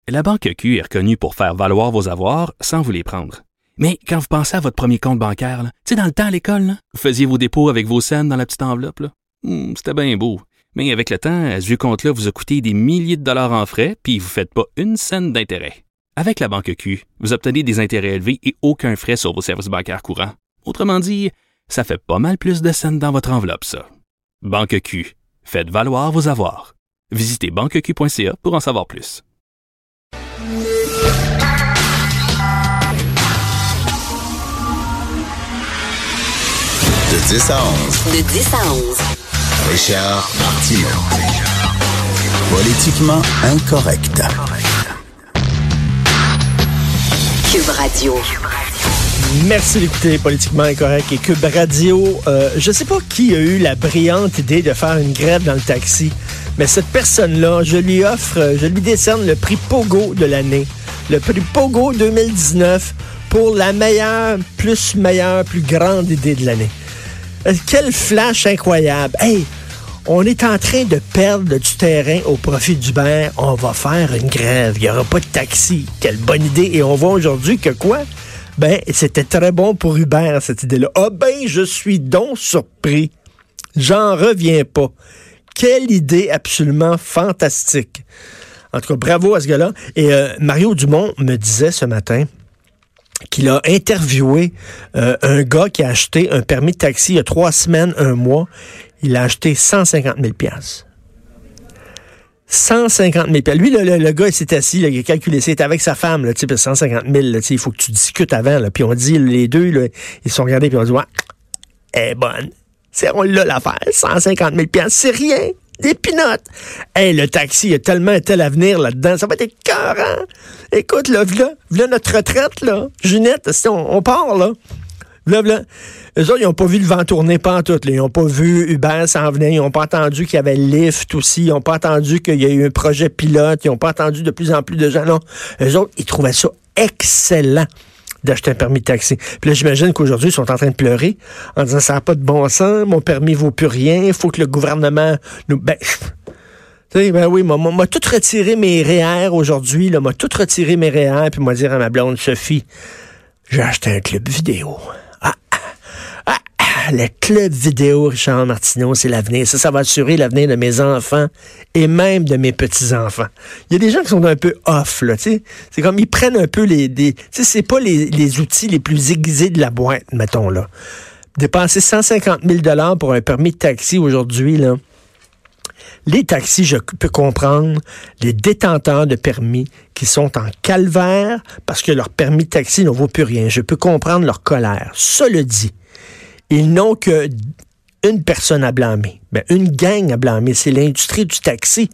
La Banque Q est reconnue pour faire valoir vos avoirs sans vous les prendre. Mais quand vous pensez à votre premier compte bancaire, tu sais, dans le temps à l'école, là, vous faisiez vos dépôts avec vos scènes dans la petite enveloppe. Là. C'était bien beau. Mais avec le temps, ce vieux compte-là vous a coûté des milliers de dollars en frais, puis vous ne faites pas une scène d'intérêt. Avec la Banque Q, vous obtenez des intérêts élevés et aucun frais sur vos services bancaires courants. Autrement dit, ça fait pas mal plus de scènes dans votre enveloppe, ça. Banque Q. Faites valoir vos avoirs. Visitez banqueq.ca pour en savoir plus. De 10 à 11. De 10 à 11. Richard Martineau. Politiquement incorrect. Cube Radio. Merci d'écouter Politiquement Incorrect et Cube Radio. Je ne sais pas qui a eu la brillante idée de faire une grève dans le taxi, mais cette personne-là, je lui décerne le prix Pogo de l'année. Le prix Pogo 2019 pour la meilleure, plus grande idée de l'année. Quel flash incroyable. Hey, on est en train de perdre du terrain au profit d'Uber. On va faire une grève. Il n'y aura pas de taxi. Quelle bonne idée. Et on voit aujourd'hui que quoi? Ben, c'était très bon pour Uber, cette idée-là. Ah ben, je suis donc surpris. J'en reviens pas. Quelle idée absolument fantastique. En tout cas, bravo à ce gars-là. Et Mario Dumont me disait ce matin qu'il a interviewé un gars qui a acheté un permis de taxi il y a 3 semaines, 1 mois. Il a acheté 150 000 $. 150 000 $. Lui, le gars, il s'est assis, là, il a calculé, c'était avec sa femme, là, 150 000 $, il faut que tu discutes avant. Là. Puis on dit, les deux, là, ils se sont regardés, puis on dit, ouais, elle est bonne. On l'a l'affaire, 150 000 $, c'est rien. Des pinottes. Hey, le taxi, il y a tellement un tel avenir là-dedans. Ça va être écœurant. Écoute, là, notre retraite, là. Ginette, on part, là. Là. Eux autres, ils n'ont pas vu le vent tourner, pas en tout. Là. Ils n'ont pas vu Uber s'en venir. Ils n'ont pas entendu qu'il y avait Lyft aussi. Ils n'ont pas entendu qu'il y a eu un projet pilote. Ils n'ont pas entendu de plus en plus de gens. Non. Eux autres, ils trouvaient ça excellent d'acheter un permis de taxi. Puis là, j'imagine qu'aujourd'hui, ils sont en train de pleurer en disant, ça n'a pas de bon sens, mon permis vaut plus rien, il faut que le gouvernement nous... Ben oui, m'a tout retiré mes REER aujourd'hui, là, m'a tout retiré mes REER, puis m'a dit à ma blonde Sophie, j'ai acheté un club vidéo. Le club vidéo, Richard Martineau, c'est l'avenir. Ça va assurer l'avenir de mes enfants et même de mes petits-enfants. Il y a des gens qui sont un peu off, là, tu sais. C'est comme, ils prennent un peu tu sais, c'est pas les outils les plus aiguisés de la boîte, mettons, là. Dépenser 150 000 $ pour un permis de taxi aujourd'hui, là. Les taxis, je peux comprendre, les détenteurs de permis qui sont en calvaire parce que leur permis de taxi ne vaut plus rien. Je peux comprendre leur colère. Cela dit, ils n'ont qu'une personne à blâmer. Ben, une gang à blâmer. C'est l'industrie du taxi.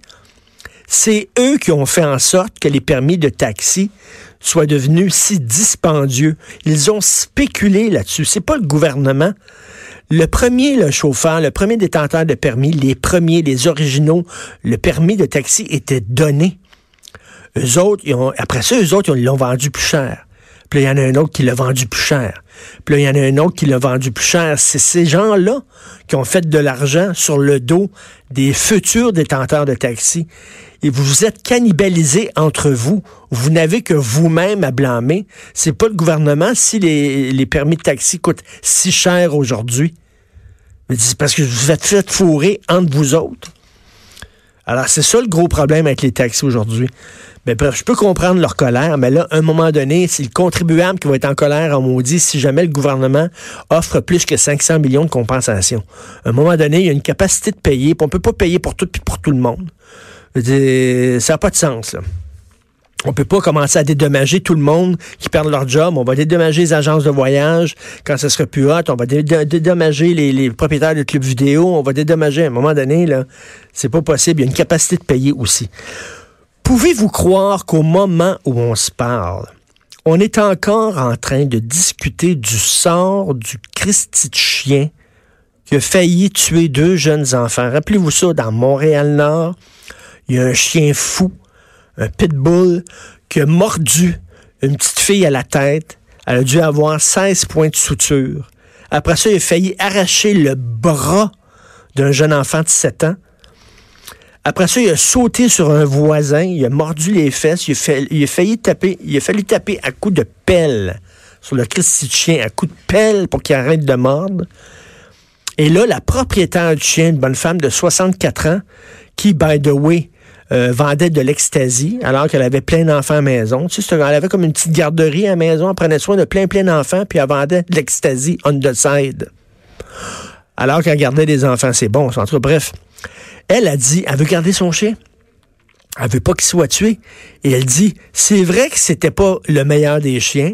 C'est eux qui ont fait en sorte que les permis de taxi soient devenus si dispendieux. Ils ont spéculé là-dessus. C'est pas le gouvernement. Le premier chauffeur, le premier détenteur de permis, les originaux, le permis de taxi était donné. Eux autres, après ça, ils l'ont vendu plus cher. Puis là, il y en a un autre qui l'a vendu plus cher. Puis là, il y en a un autre qui l'a vendu plus cher. C'est ces gens-là qui ont fait de l'argent sur le dos des futurs détenteurs de taxi. Et vous vous êtes cannibalisés entre vous. Vous n'avez que vous-même à blâmer. C'est pas le gouvernement si les permis de taxi coûtent si cher aujourd'hui. C'est parce que vous vous êtes fait fourrer entre vous autres. Alors, c'est ça le gros problème avec les taxis aujourd'hui. Mais bref, je peux comprendre leur colère, mais là, à un moment donné, c'est le contribuable qui va être en colère en maudit si jamais le gouvernement offre plus que 500 millions de compensations. À un moment donné, il y a une capacité de payer, puis on peut pas payer pour tout et pour tout le monde. Ça n'a pas de sens, là. On peut pas commencer à dédommager tout le monde qui perd leur job. On va dédommager les agences de voyage quand ce sera plus hot. On va dédommager les propriétaires de clubs vidéo. On va dédommager à un moment donné, là. C'est pas possible. Il y a une capacité de payer aussi. Pouvez-vous croire qu'au moment où on se parle, on est encore en train de discuter du sort du Christi de chien qui a failli tuer 2 jeunes enfants? Rappelez-vous ça, dans Montréal-Nord, il y a un chien fou, un pitbull, qui a mordu une petite fille à la tête. Elle a dû avoir 16 points de suture. Après ça, il a failli arracher le bras d'un jeune enfant de 7 ans. Après ça, il a sauté sur un voisin, il a mordu les fesses, il a fallu taper à coups de pelle sur le Christy de chien, à coups de pelle pour qu'il arrête de mordre. Et là, la propriétaire du chien, une bonne femme de 64 ans, qui, by the way, vendait de l'ecstasy, alors qu'elle avait plein d'enfants à la maison. Tu sais, elle avait comme une petite garderie à la maison, elle prenait soin de plein d'enfants, puis elle vendait de l'ecstasy on the side. Alors qu'elle gardait des enfants, c'est bon. En tout cas, bref. Elle a dit, elle veut garder son chien. Elle veut pas qu'il soit tué. Et elle dit, c'est vrai que c'était pas le meilleur des chiens.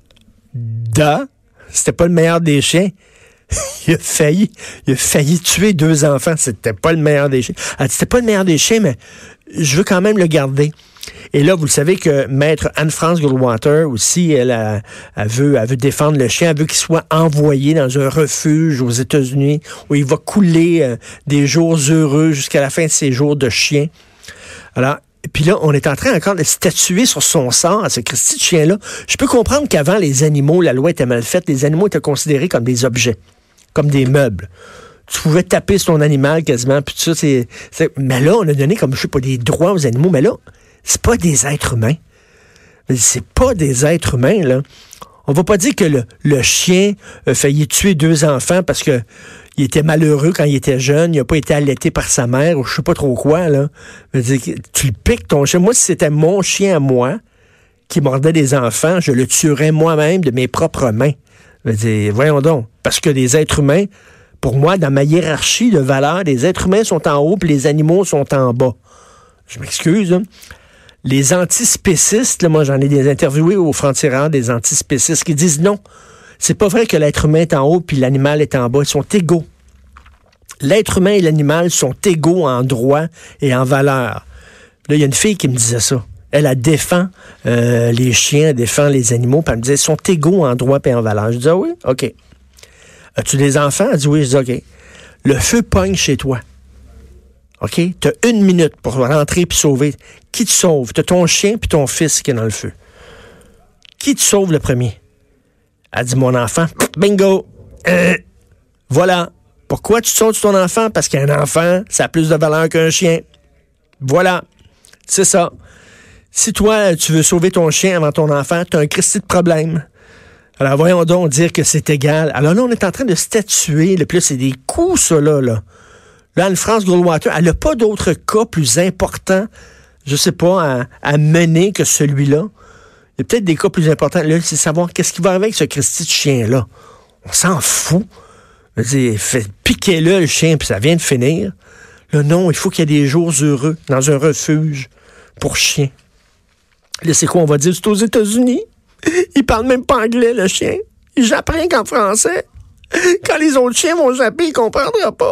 C'était pas le meilleur des chiens. Il a failli tuer 2 enfants. C'était pas le meilleur des chiens. Elle dit, c'était pas le meilleur des chiens, mais je veux quand même le garder. Et là, vous le savez que maître Anne-France Goldwater aussi, elle veut défendre le chien. Elle veut qu'il soit envoyé dans un refuge aux États-Unis où il va couler des jours heureux jusqu'à la fin de ses jours de chien. Alors, puis là, on est en train encore de statuer sur son sort à ce Christy de chien-là. Je peux comprendre qu'avant, les animaux, la loi était mal faite. Les animaux étaient considérés comme des objets, comme des meubles. Tu pouvais taper sur ton animal quasiment, puis tout ça, mais là, on a donné comme, je sais pas, des droits aux animaux, mais là, c'est pas des êtres humains. C'est pas des êtres humains, là. On va pas dire que le chien a failli tuer 2 enfants parce que il était malheureux quand il était jeune, il a pas été allaité par sa mère, ou je sais pas trop quoi, là. Tu le piques, ton chien. Moi, si c'était mon chien à moi qui mordait des enfants, je le tuerais moi-même de mes propres mains. Voyons donc. Parce que les êtres humains, pour moi, dans ma hiérarchie de valeurs, les êtres humains sont en haut puis les animaux sont en bas. Je m'excuse, hein. Les antispécistes, là, moi j'en ai des interviewés au franc-tireur, des antispécistes qui disent non, c'est pas vrai que l'être humain est en haut puis l'animal est en bas, ils sont égaux. L'être humain et l'animal sont égaux en droit et en valeur. Là, il y a une fille qui me disait ça. Elle défend les chiens, elle défend les animaux, puis elle me disait, ils sont égaux en droit et en valeur. Je dis, ah oui, OK. As-tu des enfants? Elle dit oui, je dis, OK. Le feu pogne chez toi. OK? Tu as 1 minute pour rentrer puis sauver. Qui te sauve? Tu as ton chien puis ton fils qui est dans le feu. Qui te sauve le premier? Elle dit, mon enfant. Bingo! Voilà. Pourquoi tu sauves ton enfant? Parce qu'un enfant, ça a plus de valeur qu'un chien. Voilà. C'est ça. Si toi, tu veux sauver ton chien avant ton enfant, tu as un Christy de problème. Alors, voyons donc dire que c'est égal. Alors là, on est en train de statuer. Puis là, c'est des coups, ça, là. Là, Anne-France Goldwater, elle n'a pas d'autres cas plus importants, je sais pas, à mener que celui-là. Il y a peut-être des cas plus importants. Là, c'est savoir qu'est-ce qui va arriver avec ce Christy de chien-là. On s'en fout. Piquez-le, le chien, puis ça vient de finir. Là, non, il faut qu'il y ait des jours heureux dans un refuge pour chiens. Là, c'est quoi, on va dire? C'est aux États-Unis. Il parle même pas anglais, le chien. Il jappe rien qu'en français. Quand les autres chiens vont japper, il comprendra pas.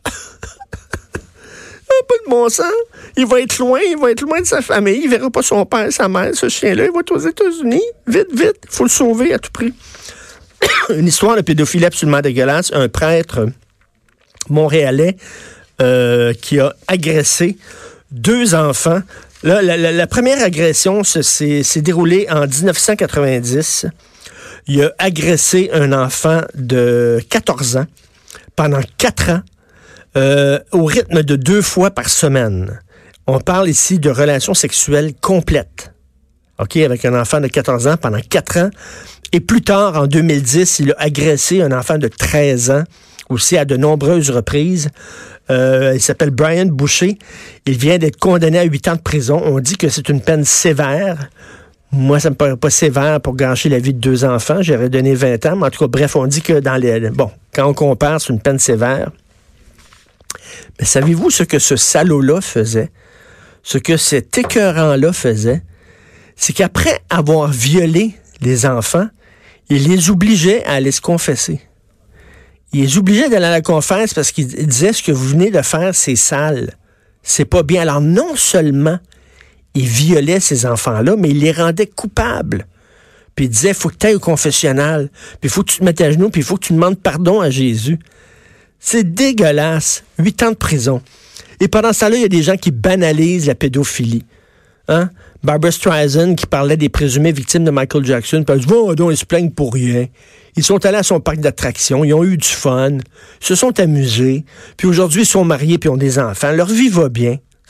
Pas de bon sens. Il va être loin de sa famille. Il verra pas son père, sa mère, ce chien-là. Il va être aux États-Unis. Vite, il faut le sauver à tout prix. Une histoire de pédophilie absolument dégueulasse. Un prêtre montréalais qui a agressé 2 enfants. Là, la première agression s'est déroulée en 1990. Il a agressé un enfant de 14 ans pendant 4 ans. Au rythme de 2 fois par semaine. On parle ici de relations sexuelles complètes. OK, avec un enfant de 14 ans pendant 4 ans. Et plus tard, en 2010, il a agressé un enfant de 13 ans, aussi à de nombreuses reprises. Il s'appelle Brian Boucher. Il vient d'être condamné à 8 ans de prison. On dit que c'est une peine sévère. Moi, ça me paraît pas sévère pour gâcher la vie de 2 enfants. J'aurais donné 20 ans. Mais en tout cas, bref, on dit que quand on compare, c'est une peine sévère. Mais savez-vous ce que ce salaud-là faisait? Ce que cet écœurant-là faisait? C'est qu'après avoir violé les enfants, il les obligeait à aller se confesser. Il les obligeait d'aller à la confesse parce qu'il disait, ce que vous venez de faire, c'est sale. C'est pas bien. Alors, non seulement il violait ces enfants-là, mais il les rendait coupables. Puis il disait, il faut que tu ailles au confessionnal, puis il faut que tu te mettes à genoux, puis il faut que tu demandes pardon à Jésus. C'est dégueulasse. 8 ans de prison. Et pendant ce temps-là, il y a des gens qui banalisent la pédophilie. Hein? Barbra Streisand qui parlait des présumées victimes de Michael Jackson, puis elle dit, donc, ils se plaignent pour rien. Ils sont allés à son parc d'attractions, ils ont eu du fun, ils se sont amusés, puis aujourd'hui, ils sont mariés puis ont des enfants. Leur vie va bien.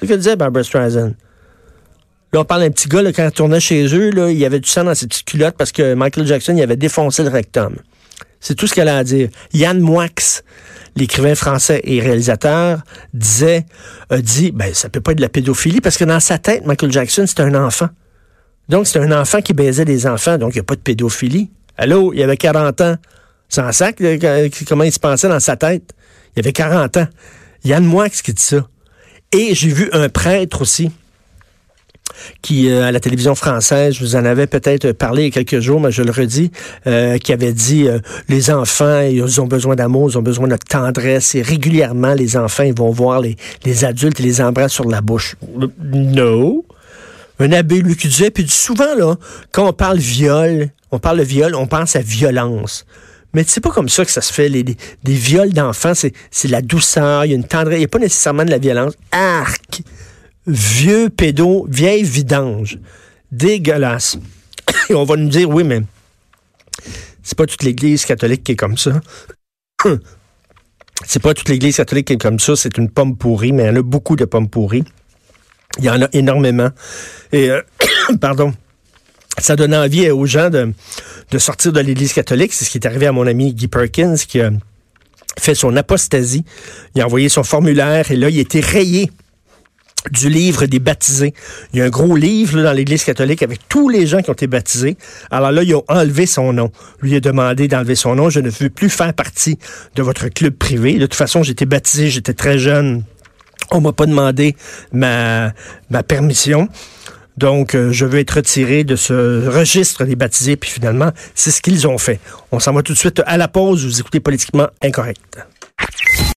C'est ce que disait Barbra Streisand. Là, on parle d'un petit gars, là, quand il tournait chez eux, là, il y avait du sang dans ses petites culottes parce que Michael Jackson, il avait défoncé le rectum. C'est tout ce qu'elle a à dire. Yann Moix, l'écrivain français et réalisateur, a dit, ça peut pas être de la pédophilie parce que dans sa tête, Michael Jackson, c'était un enfant. Donc, c'est un enfant qui baisait des enfants, donc il n'y a pas de pédophilie. Allô, il avait 40 ans. Sans sac, comment il se pensait dans sa tête. Il avait 40 ans. Yann Moix qui dit ça. Et j'ai vu un prêtre aussi, qui, à la télévision française, je vous en avais peut-être parlé il y a quelques jours, mais je le redis, qui avait dit, les enfants, ils ont besoin d'amour, ils ont besoin de tendresse, et régulièrement, les enfants, ils vont voir les adultes et les embrassent sur la bouche. No. Un abbé, lui, qui disait, puis souvent, là, quand on parle de viol, on pense à violence. Mais c'est pas comme ça que ça se fait. Des viols d'enfants, c'est la douceur, il y a une tendresse, il n'y a pas nécessairement de la violence. Arc! Vieux pédo, vieille vidange. Dégueulasse. Et on va nous dire, oui, mais c'est pas toute l'Église catholique qui est comme ça. C'est pas toute l'Église catholique qui est comme ça, c'est une pomme pourrie, mais il y en a beaucoup de pommes pourries. Il y en a énormément. Et, pardon, ça donne envie aux gens de sortir de l'Église catholique. C'est ce qui est arrivé à mon ami Guy Perkins, qui a fait son apostasie. Il a envoyé son formulaire et là, il a été rayé du livre des baptisés. Il y a un gros livre là, dans l'Église catholique avec tous les gens qui ont été baptisés. Alors là, ils ont enlevé son nom. Lui a demandé d'enlever son nom. Je ne veux plus faire partie de votre club privé. De toute façon, j'étais baptisé, j'étais très jeune. On m'a pas demandé ma permission. Donc, je veux être retiré de ce registre des baptisés. Puis finalement, c'est ce qu'ils ont fait. On s'en va tout de suite à la pause. Vous écoutez Politiquement Incorrect.